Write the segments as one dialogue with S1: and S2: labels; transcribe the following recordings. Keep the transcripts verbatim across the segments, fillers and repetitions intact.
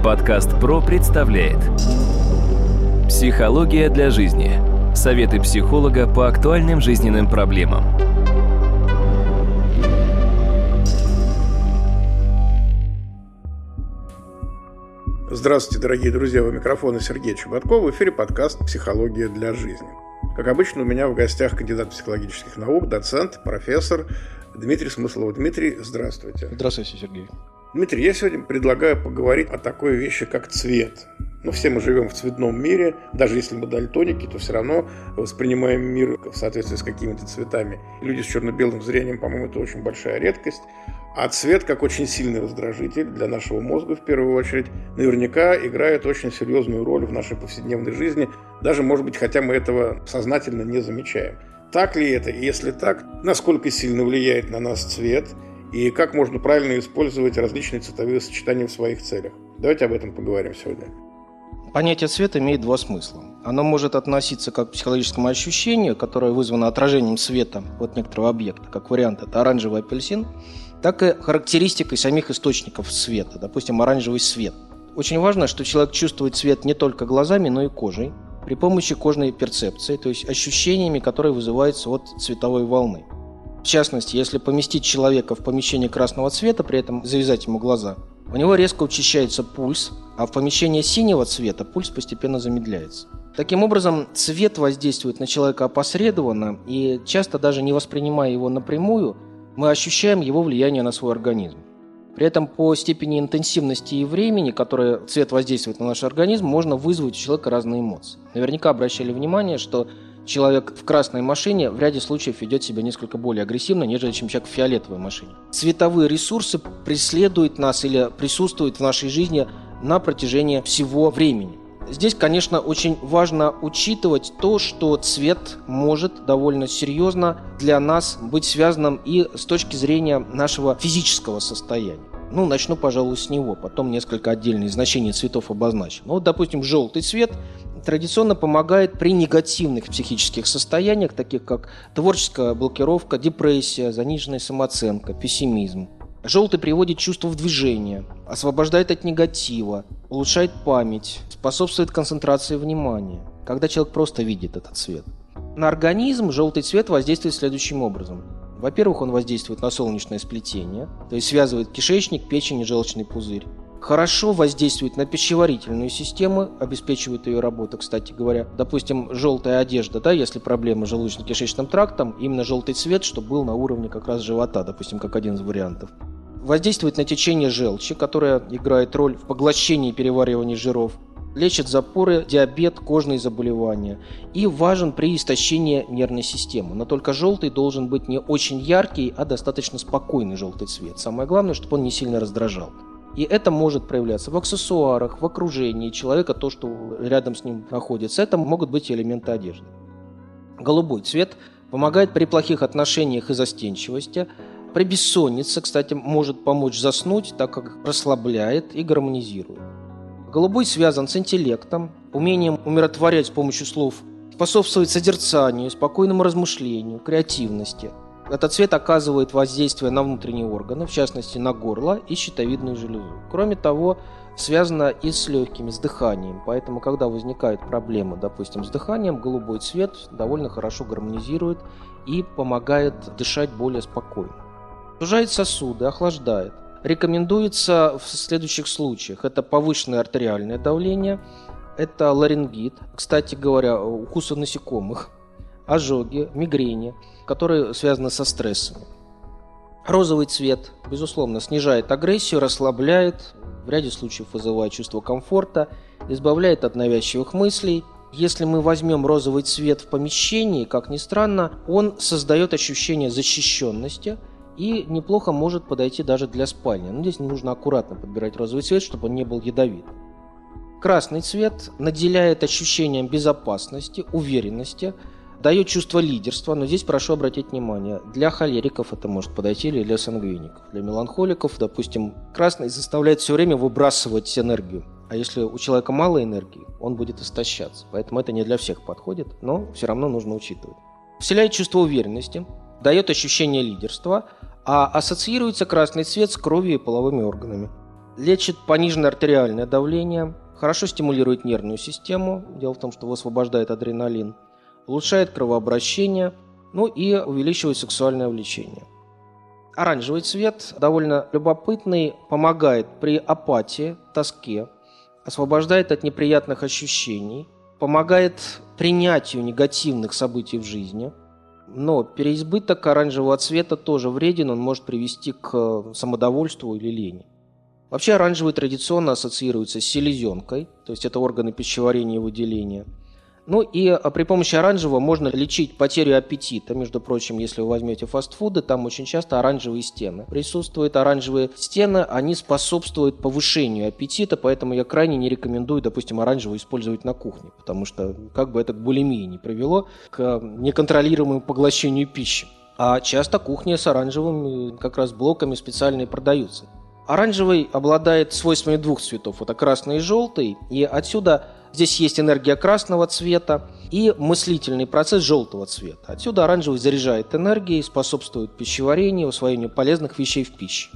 S1: Подкаст ПРО представляет «Психология для жизни». Советы психолога по актуальным жизненным проблемам.
S2: Здравствуйте, дорогие друзья, у микрофона Сергей Чеботков, в эфире подкаст «Психология для жизни». Как обычно, у меня в гостях кандидат психологических наук, доцент, профессор Дмитрий Смыслов. Дмитрий, здравствуйте.
S3: Здравствуйте, Сергей.
S2: Дмитрий, я сегодня предлагаю поговорить о такой вещи, как цвет. Ну, все мы живем в цветном мире, даже если мы дальтоники, то все равно воспринимаем мир в соответствии с какими-то цветами. Люди с черно-белым зрением, по-моему, это очень большая редкость. А цвет, как очень сильный раздражитель для нашего мозга, в первую очередь, наверняка играет очень серьезную роль в нашей повседневной жизни, даже, может быть, хотя мы этого сознательно не замечаем. Так ли это? И если так, насколько сильно влияет на нас цвет? И как можно правильно использовать различные цветовые сочетания в своих целях? Давайте об этом поговорим сегодня.
S3: Понятие цвета имеет два смысла. Оно может относиться как к психологическому ощущению, которое вызвано отражением света от некоторого объекта, как вариант это оранжевый апельсин, так и характеристикой самих источников света, допустим, оранжевый свет. Очень важно, что человек чувствует цвет не только глазами, но и кожей, при помощи кожной перцепции, то есть ощущениями, которые вызываются от цветовой волны. В частности, если поместить человека в помещение красного цвета, при этом завязать ему глаза, у него резко учащается пульс, а в помещении синего цвета пульс постепенно замедляется. Таким образом, цвет воздействует на человека опосредованно, и часто даже не воспринимая его напрямую, мы ощущаем его влияние на свой организм. При этом по степени интенсивности и времени, которое цвет воздействует на наш организм, можно вызвать у человека разные эмоции. Наверняка обращали внимание, что человек в красной машине в ряде случаев ведет себя несколько более агрессивно, нежели чем человек в фиолетовой машине. Цветовые ресурсы преследуют нас или присутствуют в нашей жизни на протяжении всего времени. Здесь, конечно, очень важно учитывать то, что цвет может довольно серьезно для нас быть связанным и с точки зрения нашего физического состояния. Ну, начну, пожалуй, с него, потом несколько отдельных значений цветов обозначим. Ну, вот, допустим, желтый цвет традиционно помогает при негативных психических состояниях, таких как творческая блокировка, депрессия, заниженная самооценка, пессимизм. Желтый приводит чувство в движение, освобождает от негатива, улучшает память, способствует концентрации внимания, когда человек просто видит этот цвет. На организм желтый цвет воздействует следующим образом. Во-первых, он воздействует на солнечное сплетение, то есть связывает кишечник, печень и желчный пузырь. Хорошо воздействует на пищеварительную систему, обеспечивает ее работу, кстати говоря. Допустим, желтая одежда, да, если проблемы с желудочно-кишечным трактом, именно желтый цвет, чтобы был на уровне как раз живота, допустим, как один из вариантов. Воздействует на течение желчи, которая играет роль в поглощении и переваривании жиров. Лечит запоры, диабет, кожные заболевания. И важен при истощении нервной системы. Но только желтый должен быть не очень яркий, а достаточно спокойный желтый цвет. Самое главное, чтобы он не сильно раздражал. И это может проявляться в аксессуарах, в окружении человека, то, что рядом с ним находится. Это могут быть элементы одежды. Голубой цвет помогает при плохих отношениях и застенчивости. При бессоннице, кстати, может помочь заснуть, так как расслабляет и гармонизирует. Голубой связан с интеллектом, умением умиротворять с помощью слов, способствует созерцанию, спокойному размышлению, креативности. Этот цвет оказывает воздействие на внутренние органы, в частности на горло и щитовидную железу. Кроме того, связано и с легкими, с дыханием. Поэтому, когда возникают проблемы, допустим, с дыханием, голубой цвет довольно хорошо гармонизирует и помогает дышать более спокойно. Сужает сосуды, охлаждает. Рекомендуется в следующих случаях. Это повышенное артериальное давление, это ларингит, кстати говоря, укусы насекомых, ожоги, мигрени, которые связаны со стрессами. Розовый цвет, безусловно, снижает агрессию, расслабляет, в ряде случаев вызывает чувство комфорта, избавляет от навязчивых мыслей. Если мы возьмем розовый цвет в помещении, как ни странно, он создает ощущение защищенности и неплохо может подойти даже для спальни. Но здесь нужно аккуратно подбирать розовый цвет, чтобы он не был ядовит. Красный цвет наделяет ощущением безопасности, уверенности, дает чувство лидерства, но здесь прошу обратить внимание, для холериков это может подойти или для сангвиников. Для меланхоликов, допустим, красный заставляет все время выбрасывать энергию. А если у человека мало энергии, он будет истощаться. Поэтому это не для всех подходит, но все равно нужно учитывать. Вселяет чувство уверенности, дает ощущение лидерства, а ассоциируется красный цвет с кровью и половыми органами. лечит пониженное артериальное давление, хорошо стимулирует нервную систему, дело в том, что высвобождает адреналин, улучшает кровообращение, ну и увеличивает сексуальное влечение. Оранжевый цвет довольно любопытный, помогает при апатии, тоске, освобождает от неприятных ощущений, помогает принятию негативных событий в жизни. Но переизбыток оранжевого цвета тоже вреден, он может привести к самодовольству или лени. Вообще оранжевый традиционно ассоциируется с селезенкой, то есть это органы пищеварения и выделения. Ну и при помощи оранжевого можно лечить потерю аппетита. Между прочим, если вы возьмете фастфуды, там очень часто оранжевые стены присутствуют. Оранжевые стены, они способствуют повышению аппетита, поэтому я крайне не рекомендую, допустим, оранжевый использовать на кухне, потому что как бы это к булимии не привело, к неконтролируемому поглощению пищи. А часто кухни с оранжевыми как раз блоками специальные продаются. Оранжевый обладает свойствами двух цветов, это красный и желтый, и отсюда здесь есть энергия красного цвета и мыслительный процесс желтого цвета. Отсюда оранжевый заряжает энергией, способствует пищеварению, усвоению полезных вещей в пище.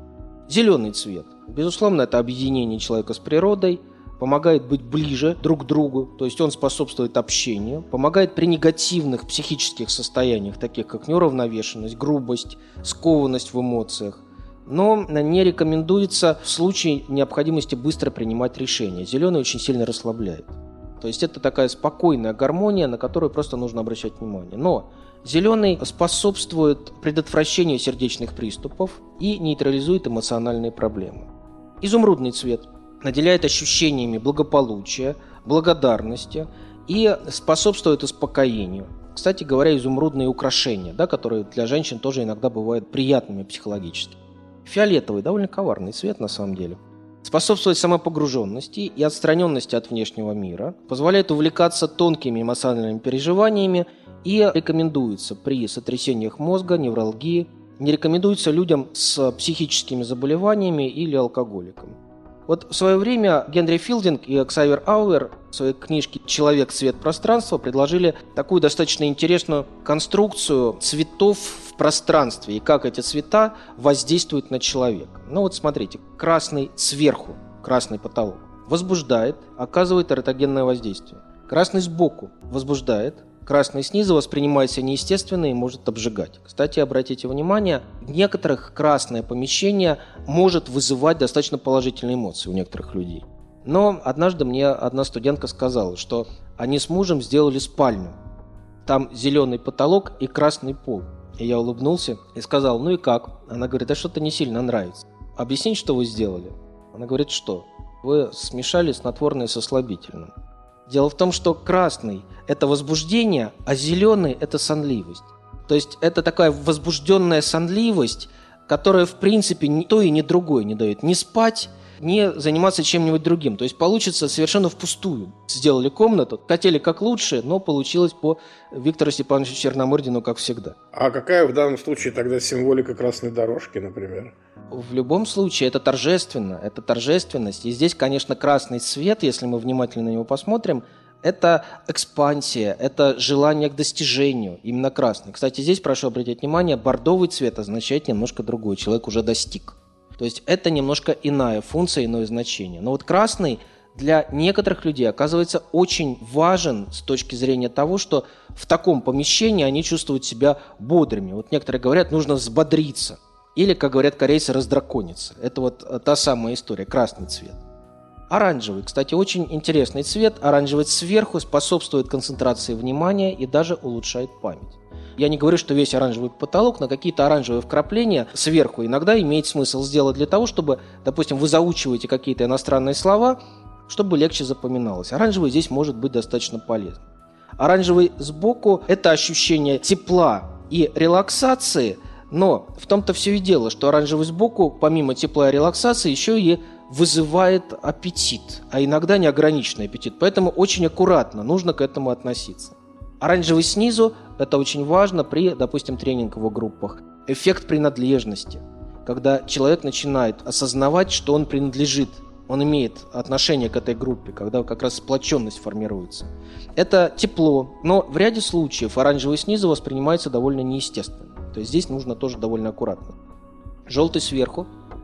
S3: Зеленый цвет. Безусловно, это объединение человека с природой, помогает быть ближе друг к другу, то есть он способствует общению, помогает при негативных психических состояниях, таких как неуравновешенность, грубость, скованность в эмоциях. Но не рекомендуется в случае необходимости быстро принимать решения. Зеленый очень сильно расслабляет. То есть это такая спокойная гармония, на которую просто нужно обращать внимание. Но зеленый способствует предотвращению сердечных приступов и нейтрализует эмоциональные проблемы. Изумрудный цвет наделяет ощущениями благополучия, благодарности и способствует успокоению. Кстати говоря, изумрудные украшения, да, которые для женщин тоже иногда бывают приятными психологически. Фиолетовый, довольно коварный цвет на самом деле. Способствует самопогруженности и отстраненности от внешнего мира, позволяет увлекаться тонкими эмоциональными переживаниями и рекомендуется при сотрясениях мозга, невралгии, не рекомендуется людям с психическими заболеваниями или алкоголикам. Вот в свое время Генри Филдинг и Ксавьер Ауэр в своей книжке «Человек. Цвет. Пространство» предложили такую достаточно интересную конструкцию цветов в пространстве и как эти цвета воздействуют на человека. Ну вот смотрите, красный сверху, красный потолок, возбуждает, оказывает эротогенное воздействие. Красный сбоку возбуждает, красный снизу воспринимается неестественно и может обжигать. Кстати, обратите внимание, в некоторых красное помещение может вызывать достаточно положительные эмоции у некоторых людей. Но однажды мне одна студентка сказала, что они с мужем сделали спальню. Там зеленый потолок и красный пол. И я улыбнулся и сказал: ну и как? Она говорит: да что-то не сильно нравится. Объясните, что вы сделали. Она говорит: что? Вы смешали снотворное со слабительным. Дело в том, что красный – это возбуждение, а зеленый – это сонливость. То есть это такая возбужденная сонливость, которая, в принципе, ни то и ни другое не дает. Не спать, не заниматься чем-нибудь другим. То есть получится совершенно впустую. Сделали комнату, хотели как лучше, но получилось по Виктору Степановичу Черномырдину, как всегда.
S2: А какая в данном случае тогда символика красной дорожки, например?
S3: В любом случае это торжественно, это торжественность. И здесь, конечно, красный цвет, если мы внимательно на него посмотрим, это экспансия, это желание к достижению, именно красный. Кстати, здесь прошу обратить внимание, бордовый цвет означает немножко другой, человек уже достиг. То есть это немножко иная функция, иное значение. Но вот красный для некоторых людей оказывается очень важен с точки зрения того, что в таком помещении они чувствуют себя бодрыми. Вот некоторые говорят, нужно взбодриться. Или, как говорят корейцы, раздракониться. Это вот та самая история, красный цвет. Оранжевый, кстати, очень интересный цвет. Оранжевый сверху способствует концентрации внимания и даже улучшает память. Я не говорю, что весь оранжевый потолок, но какие-то оранжевые вкрапления сверху иногда имеет смысл сделать для того, чтобы, допустим, вы заучиваете какие-то иностранные слова, чтобы легче запоминалось. Оранжевый здесь может быть достаточно полезным. Оранжевый сбоку – это ощущение тепла и релаксации, но в том-то все и дело, что оранжевый сбоку, помимо тепла и релаксации, еще и вызывает аппетит, а иногда неограниченный аппетит. Поэтому очень аккуратно нужно к этому относиться. Оранжевый снизу – это очень важно при, допустим, тренинговых группах. Эффект принадлежности, когда человек начинает осознавать, что он принадлежит, он имеет отношение к этой группе, когда как раз сплоченность формируется. Это тепло, но в ряде случаев оранжевый снизу воспринимается довольно неестественно. То есть здесь нужно тоже довольно аккуратно. Желтый сверху –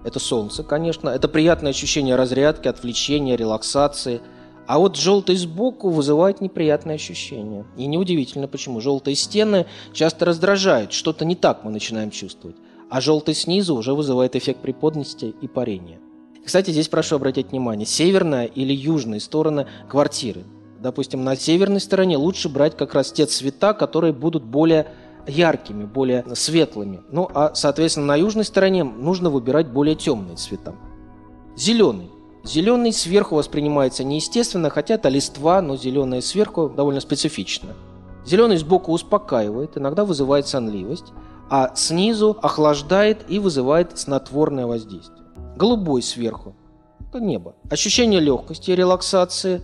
S3: Это солнце, конечно. Это приятное ощущение разрядки, отвлечения, релаксации. А вот желтый сбоку вызывает неприятные ощущения. И неудивительно, почему. Желтые стены часто раздражают. Что-то не так мы начинаем чувствовать. А желтый снизу уже вызывает эффект приподнятости и парения. Кстати, здесь прошу обратить внимание. Северная или южная стороны квартиры. Допустим, на северной стороне лучше брать как раз те цвета, которые будут более яркими, более светлыми. Ну, а, соответственно, на южной стороне нужно выбирать более темные цвета. Зеленый. Зеленый сверху воспринимается неестественно, хотя это листва, но зеленое сверху довольно специфично. Зеленый сбоку успокаивает, иногда вызывает сонливость, а снизу охлаждает и вызывает снотворное воздействие. Голубой сверху – это небо. Ощущение легкости и релаксации.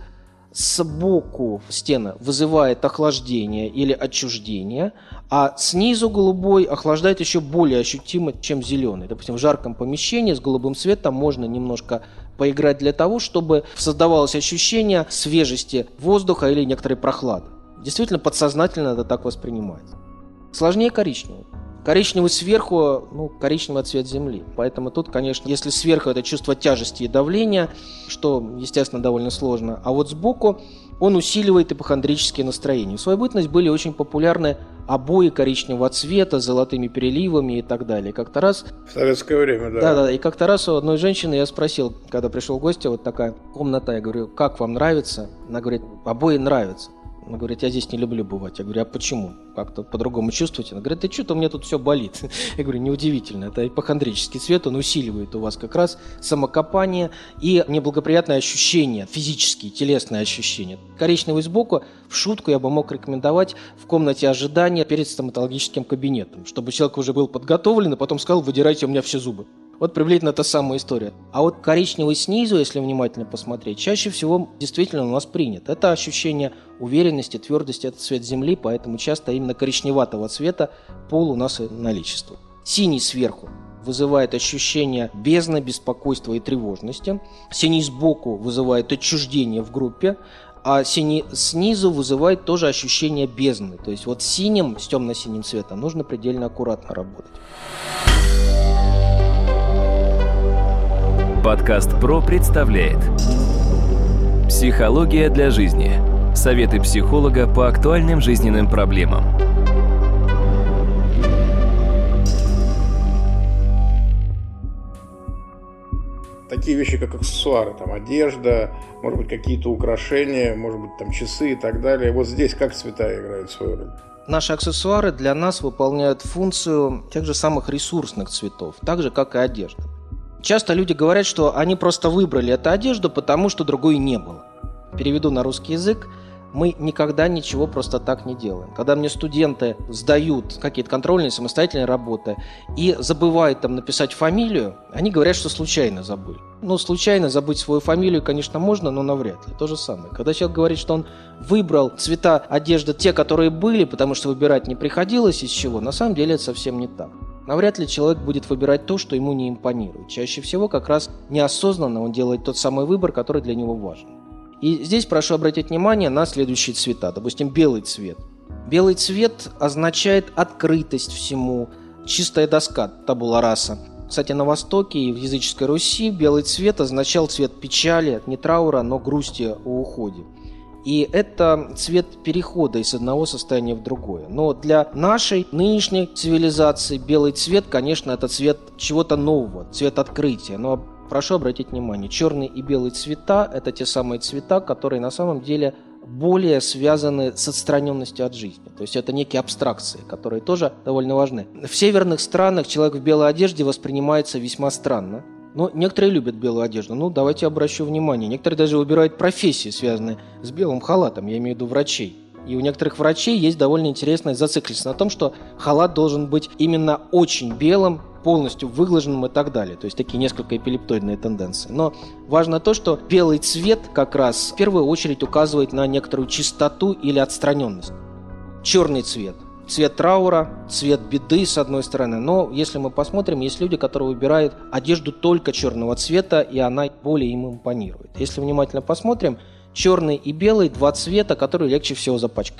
S3: Сбоку стена вызывает охлаждение или отчуждение, а снизу голубой охлаждает еще более ощутимо, чем зеленый. Допустим, в жарком помещении с голубым цветом можно немножко поиграть для того, чтобы создавалось ощущение свежести воздуха или некоторой прохлады. Действительно, подсознательно это так воспринимается. Сложнее коричневый. Коричневый сверху, ну, коричневый цвет земли. Поэтому тут, конечно, если сверху это чувство тяжести и давления, что, естественно, довольно сложно, а вот сбоку он усиливает ипохондрические настроения. В свою бытность были очень популярны обои коричневого цвета с золотыми переливами и так далее. Как-то раз...
S2: В советское время, да.
S3: Да-да, и как-то раз у одной женщины я спросил, когда пришел в гости, вот такая комната, я говорю, как вам нравится? Она говорит, обои нравятся. Она говорит, я здесь не люблю бывать. Я говорю, а почему? Как-то по-другому чувствуете? Она говорит, да что-то у меня тут все болит. Я говорю, неудивительно. Это ипохондрический цвет, он усиливает у вас как раз самокопание и неблагоприятные ощущения, физические, телесные ощущения. Коричневый сбоку, в шутку я бы мог рекомендовать в комнате ожидания перед стоматологическим кабинетом, чтобы человек уже был подготовлен, и потом сказал, выдирайте у меня все зубы. Вот приблизительно та самая история. А вот коричневый снизу, если внимательно посмотреть, чаще всего действительно у нас принят. Это ощущение уверенности, твердости, это цвет земли, поэтому часто именно коричневатого цвета пол у нас и наличествует. Синий сверху вызывает ощущение бездны, беспокойства и тревожности. Синий сбоку вызывает отчуждение в группе. А синий снизу вызывает тоже ощущение бездны. То есть вот с синим, с темно-синим цветом нужно предельно аккуратно работать.
S1: Подкаст ПРО представляет «Психология для жизни». Советы психолога по актуальным жизненным проблемам.
S2: Такие вещи, как аксессуары, там, одежда, может быть, какие-то украшения, может быть, там, часы и так далее. Вот здесь как цвета играют свою роль?
S3: Наши аксессуары для нас выполняют функцию тех же самых ресурсных цветов, так же, как и одежда. Часто люди говорят, что они просто выбрали эту одежду, потому что другой не было. Переведу на русский язык. Мы никогда ничего просто так не делаем. Когда мне студенты сдают какие-то контрольные самостоятельные работы и забывают там написать фамилию, они говорят, что случайно забыли. Ну, случайно забыть свою фамилию, конечно, можно, но навряд ли. То же самое. Когда человек говорит, что он выбрал цвета одежды те, которые были, потому что выбирать не приходилось из чего, на самом деле это совсем не так. Навряд ли человек будет выбирать то, что ему не импонирует. Чаще всего как раз неосознанно он делает тот самый выбор, который для него важен. И здесь прошу обратить внимание на следующие цвета. Допустим, белый цвет. Белый цвет означает открытость всему, чистая доска, табула раса. Кстати, на Востоке и в языческой Руси белый цвет означал цвет печали, не траура, но грусти о уходе. И это цвет перехода из одного состояния в другое. Но для нашей нынешней цивилизации белый цвет, конечно, это цвет чего-то нового, цвет открытия. Но прошу обратить внимание, черный и белый цвета – это те самые цвета, которые на самом деле более связаны с отстраненностью от жизни. То есть это некие абстракции, которые тоже довольно важны. В северных странах человек в белой одежде воспринимается весьма странно. Но некоторые любят белую одежду. Ну, давайте обращу внимание. Некоторые даже выбирают профессии, связанные с белым халатом. Я имею в виду врачей. И у некоторых врачей есть довольно интересная зацикленность на том, что халат должен быть именно очень белым, полностью выглаженным и так далее. То есть такие несколько эпилептоидные тенденции. Но важно то, что белый цвет как раз в первую очередь указывает на некоторую чистоту или отстраненность. Черный цвет. Цвет траура, цвет беды, с одной стороны. Но если мы посмотрим, есть люди, которые выбирают одежду только черного цвета, и она более им импонирует. Если внимательно посмотрим, черный и белый – два цвета, которые легче всего запачкать.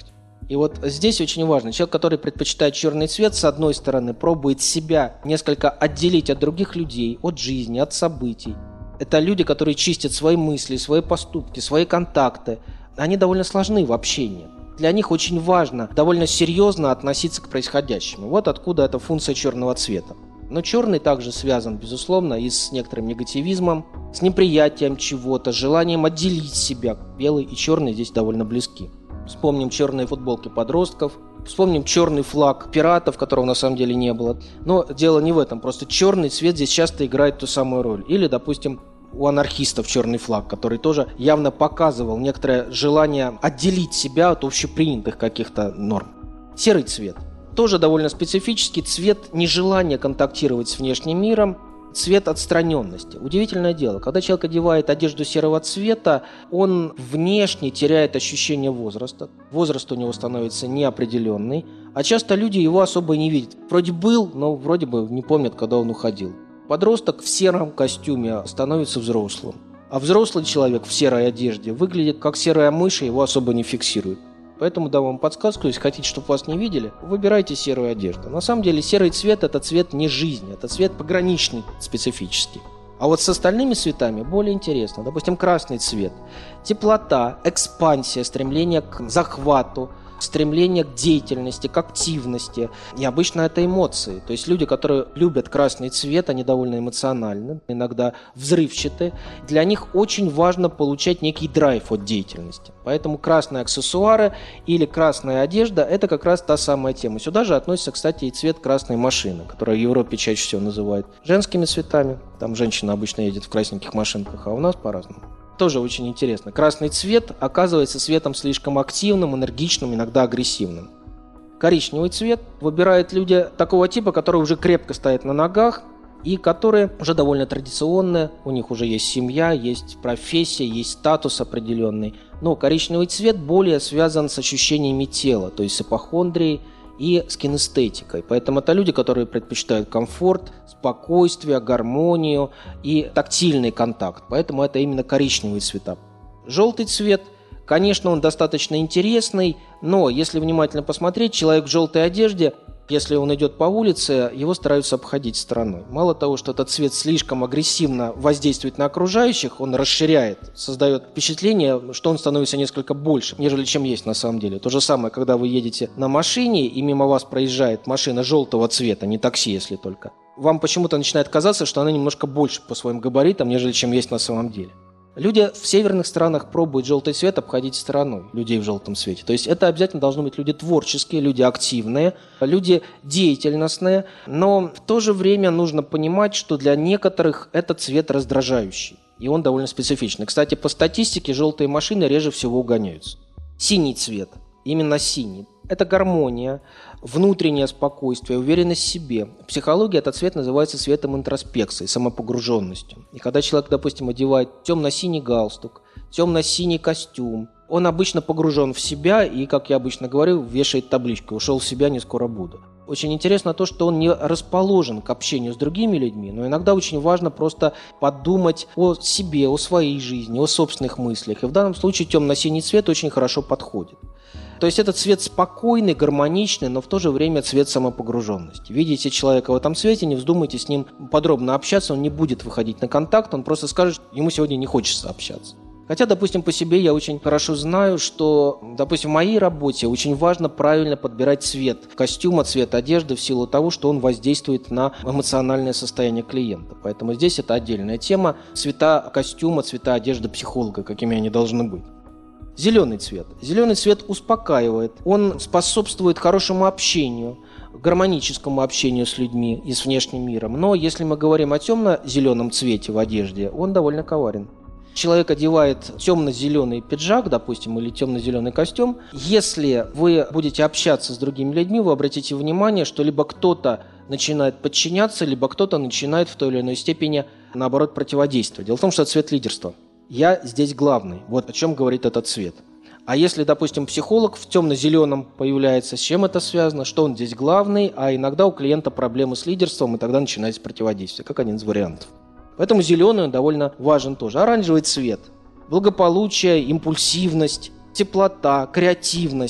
S3: И вот здесь очень важно. Человек, который предпочитает черный цвет, с одной стороны, пробует себя несколько отделить от других людей, от жизни, от событий. Это люди, которые чистят свои мысли, свои поступки, свои контакты. Они довольно сложны в общении. Для них очень важно довольно серьезно относиться к происходящему. Вот откуда эта функция черного цвета. Но черный также связан, безусловно, и с некоторым негативизмом, с неприятием чего-то, желанием отделить себя. Белый и черный здесь довольно близки. Вспомним черные футболки подростков, вспомним черный флаг пиратов, которого на самом деле не было. Но дело не в этом, просто черный цвет здесь часто играет ту самую роль. Или, допустим, у анархистов черный флаг, который тоже явно показывал некоторое желание отделить себя от общепринятых каких-то норм. Серый цвет. Тоже довольно специфический цвет нежелания контактировать с внешним миром, цвет отстраненности. Удивительное дело, когда человек одевает одежду серого цвета, он внешне теряет ощущение возраста. Возраст у него становится неопределенный, а часто люди его особо не видят. Вроде был, но вроде бы не помнят, когда он уходил. Подросток в сером костюме становится взрослым, а взрослый человек в серой одежде выглядит как серая мышь, и его особо не фиксируют. Поэтому дам вам подсказку, если хотите, чтобы вас не видели, выбирайте серую одежду. На самом деле серый цвет – это цвет не жизни, это цвет пограничный, специфический. А вот с остальными цветами более интересно. Допустим, красный цвет – теплота, экспансия, стремление к захвату, стремление к деятельности, к активности. И обычно это эмоции. То есть люди, которые любят красный цвет, они довольно эмоциональны, иногда взрывчаты. Для них очень важно получать некий драйв от деятельности. Поэтому красные аксессуары или красная одежда – это как раз та самая тема. Сюда же относится, кстати, и цвет красной машины, которую в Европе чаще всего называют женскими цветами. Там женщина обычно едет в красненьких машинках, а у нас по-разному. Тоже очень интересно. Красный цвет оказывается цветом слишком активным, энергичным, иногда агрессивным. Коричневый цвет выбирают люди такого типа, которые уже крепко стоят на ногах и которые уже довольно традиционные. У них уже есть семья, есть профессия, есть статус определенный. Но коричневый цвет более связан с ощущениями тела, то есть с ипохондрией и с кинестетикой. Поэтому это люди, которые предпочитают комфорт, спокойствие, гармонию и тактильный контакт. Поэтому это именно коричневые цвета. Желтый цвет, конечно, он достаточно интересный, но если внимательно посмотреть, человек в желтой одежде, если он идет по улице, его стараются обходить стороной. Мало того, что этот цвет слишком агрессивно воздействует на окружающих, он расширяет, создает впечатление, что он становится несколько больше, нежели чем есть на самом деле. То же самое, когда вы едете на машине, и мимо вас проезжает машина желтого цвета, не такси, если только. Вам почему-то начинает казаться, что она немножко больше по своим габаритам, нежели чем есть на самом деле. Люди в северных странах пробуют желтый цвет обходить стороной, людей в желтом цвете. То есть это обязательно должны быть люди творческие, люди активные, люди деятельностные. Но в то же время нужно понимать, что для некоторых этот цвет раздражающий. И он довольно специфичный. Кстати, по статистике желтые машины реже всего угоняются. Синий цвет, именно синий. Это гармония, внутреннее спокойствие, уверенность в себе. В психологии этот цвет называется цветом интроспекции, самопогруженностью. И когда человек, допустим, одевает темно-синий галстук, темно-синий костюм, он обычно погружен в себя и, как я обычно говорю, вешает табличку «Ушел в себя, не скоро буду». Очень интересно то, что он не расположен к общению с другими людьми, но иногда очень важно просто подумать о себе, о своей жизни, о собственных мыслях. И в данном случае темно-синий цвет очень хорошо подходит. То есть это цвет спокойный, гармоничный, но в то же время цвет самопогруженности. Видите человека в этом цвете, не вздумайте с ним подробно общаться, он не будет выходить на контакт, он просто скажет, что ему сегодня не хочется общаться. Хотя, допустим, по себе я очень хорошо знаю, что, допустим, в моей работе очень важно правильно подбирать цвет костюма, цвет одежды в силу того, что он воздействует на эмоциональное состояние клиента. Поэтому здесь это отдельная тема. Цвета костюма, цвета одежды психолога, какими они должны быть. Зеленый цвет. Зеленый цвет успокаивает, он способствует хорошему общению, гармоническому общению с людьми и с внешним миром. Но если мы говорим о темно-зеленом цвете в одежде, он довольно коварен. Человек одевает темно-зеленый пиджак, допустим, или темно-зеленый костюм. Если вы будете общаться с другими людьми, вы обратите внимание, что либо кто-то начинает подчиняться, либо кто-то начинает в той или иной степени, наоборот, противодействовать. Дело в том, что это цвет лидерства. Я здесь главный. Вот о чем говорит этот цвет. А если, допустим, психолог в темно-зеленом появляется, с чем это связано? Что он здесь главный, а иногда у клиента проблемы с лидерством, и тогда начинается противодействие, как один из вариантов. Поэтому зеленый довольно важен тоже. Оранжевый цвет. Благополучие, импульсивность, теплота, креативность.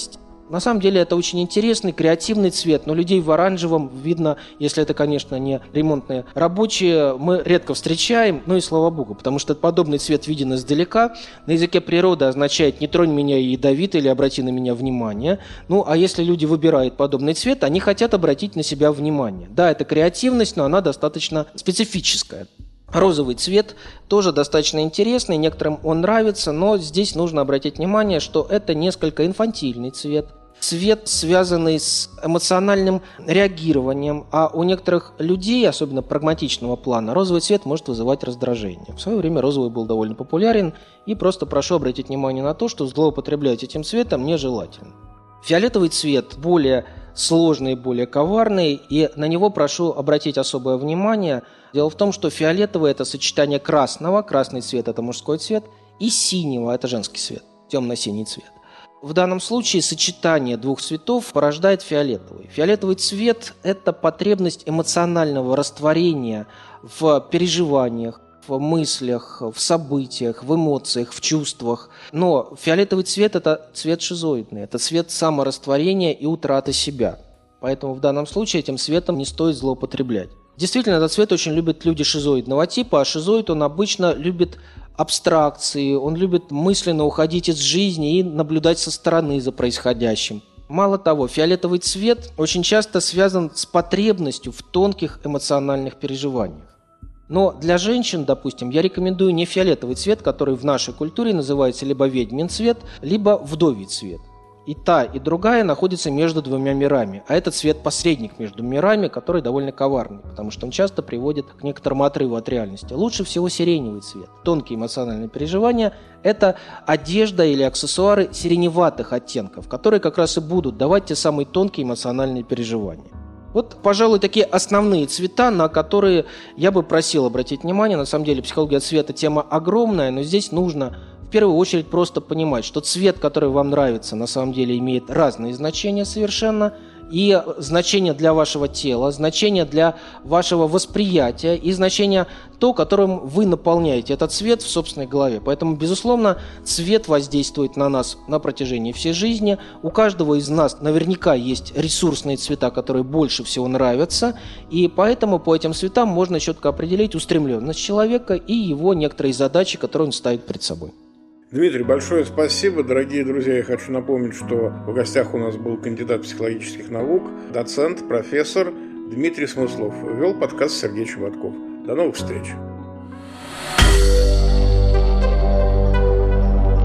S3: На самом деле это очень интересный, креативный цвет, но людей в оранжевом видно, если это, конечно, не ремонтные рабочие, мы редко встречаем, ну и слава богу, потому что подобный цвет виден издалека. На языке природы означает «не тронь меня, я ядовит» или «обрати на меня внимание». Ну, а если люди выбирают подобный цвет, они хотят обратить на себя внимание. Да, это креативность, но она достаточно специфическая. Розовый цвет тоже достаточно интересный, некоторым он нравится, но здесь нужно обратить внимание, что это несколько инфантильный цвет. Цвет, связанный с эмоциональным реагированием, а у некоторых людей, особенно прагматичного плана, розовый цвет может вызывать раздражение. В свое время розовый был довольно популярен, и просто прошу обратить внимание на то, что злоупотреблять этим цветом нежелательно. Фиолетовый цвет более сложный, более коварный, и на него прошу обратить особое внимание. Дело в том, что фиолетовый – это сочетание красного, красный цвет – это мужской цвет, и синего – это женский цвет, темно-синий цвет. В данном случае сочетание двух цветов порождает фиолетовый. Фиолетовый цвет – это потребность эмоционального растворения в переживаниях, в мыслях, в событиях, в эмоциях, в чувствах. Но фиолетовый цвет – это цвет шизоидный, это цвет саморастворения и утраты себя. Поэтому в данном случае этим цветом не стоит злоупотреблять. Действительно, этот цвет очень любят люди шизоидного типа, а шизоид он обычно любит абстракции, он любит мысленно уходить из жизни и наблюдать со стороны за происходящим. Мало того, фиолетовый цвет очень часто связан с потребностью в тонких эмоциональных переживаниях. Но для женщин, допустим, я рекомендую не фиолетовый цвет, который в нашей культуре называется либо ведьмин цвет, либо вдовий цвет. И та, и другая находятся между двумя мирами. А это цвет-посредник между мирами, который довольно коварный, потому что он часто приводит к некоторому отрыву от реальности. Лучше всего сиреневый цвет. Тонкие эмоциональные переживания – это одежда или аксессуары сиреневатых оттенков, которые как раз и будут давать те самые тонкие эмоциональные переживания. Вот, пожалуй, такие основные цвета, на которые я бы просил обратить внимание. На самом деле психология цвета – тема огромная, но здесь нужно в первую очередь просто понимать, что цвет, который вам нравится, на самом деле имеет разные значения совершенно. И значение для вашего тела, значение для вашего восприятия и значение то, которым вы наполняете этот цвет в собственной голове. Поэтому, безусловно, цвет воздействует на нас на протяжении всей жизни. У каждого из нас наверняка есть ресурсные цвета, которые больше всего нравятся. И поэтому по этим цветам можно четко определить устремленность человека и его некоторые задачи, которые он ставит перед собой.
S2: Дмитрий, большое спасибо. Дорогие друзья, я хочу напомнить, что в гостях у нас был кандидат психологических наук, доцент, профессор Дмитрий Смыслов. Вел подкаст Сергей Чеботков. До новых встреч.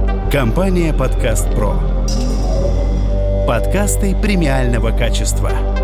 S4: Компания «Подкаст Про». Подкасты премиального качества.